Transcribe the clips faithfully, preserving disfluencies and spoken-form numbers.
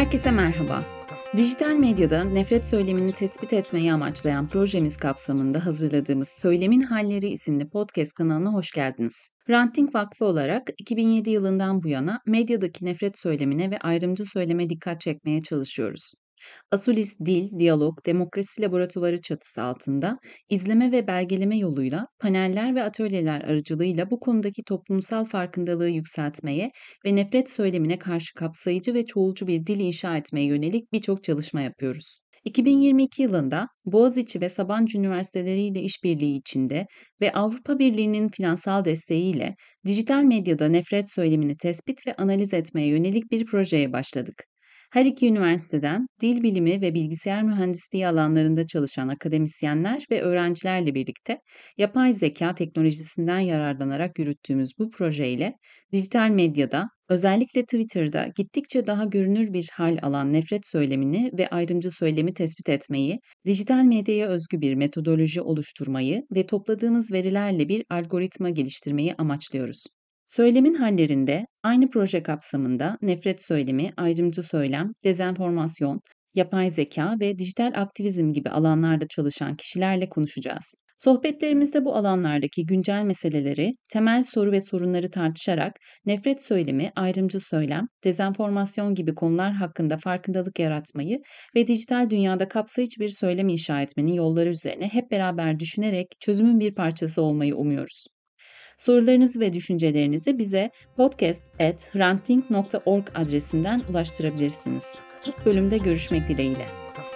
Herkese merhaba. Dijital medyada nefret söylemini tespit etmeyi amaçlayan projemiz kapsamında hazırladığımız Söylemin Halleri isimli podcast kanalına hoş geldiniz. Ranting Vakfı olarak iki bin yedi yılından bu yana medyadaki nefret söylemine ve ayrımcı söyleme dikkat çekmeye çalışıyoruz. Asulis Dil, Diyalog, Demokrasi Laboratuvarı çatısı altında izleme ve belgeleme yoluyla paneller ve atölyeler aracılığıyla bu konudaki toplumsal farkındalığı yükseltmeye ve nefret söylemine karşı kapsayıcı ve çoğulcu bir dil inşa etmeye yönelik birçok çalışma yapıyoruz. iki bin yirmi iki yılında Boğaziçi ve Sabancı Üniversiteleri ile işbirliği içinde ve Avrupa Birliği'nin finansal desteğiyle dijital medyada nefret söylemini tespit ve analiz etmeye yönelik bir projeye başladık. Her iki üniversiteden dil bilimi ve bilgisayar mühendisliği alanlarında çalışan akademisyenler ve öğrencilerle birlikte yapay zeka teknolojisinden yararlanarak yürüttüğümüz bu projeyle dijital medyada, özellikle Twitter'da gittikçe daha görünür bir hal alan nefret söylemini ve ayrımcı söylemi tespit etmeyi, dijital medyaya özgü bir metodoloji oluşturmayı ve topladığımız verilerle bir algoritma geliştirmeyi amaçlıyoruz. Söylemin hallerinde aynı proje kapsamında nefret söylemi, ayrımcı söylem, dezenformasyon, yapay zeka ve dijital aktivizm gibi alanlarda çalışan kişilerle konuşacağız. Sohbetlerimizde bu alanlardaki güncel meseleleri, temel soru ve sorunları tartışarak nefret söylemi, ayrımcı söylem, dezenformasyon gibi konular hakkında farkındalık yaratmayı ve dijital dünyada kapsayıcı bir söylem inşa etmenin yolları üzerine hep beraber düşünerek çözümün bir parçası olmayı umuyoruz. Sorularınızı ve düşüncelerinizi bize podcast at ranting nokta org adresinden ulaştırabilirsiniz. İlk bölümde görüşmek dileğiyle.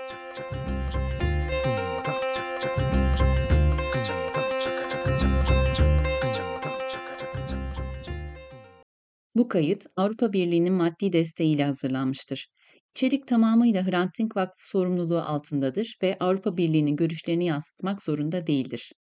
Bu kayıt Avrupa Birliği'nin maddi desteğiyle hazırlanmıştır. İçerik tamamıyla Hrant Dink Vakfı sorumluluğu altındadır ve Avrupa Birliği'nin görüşlerini yansıtmak zorunda değildir.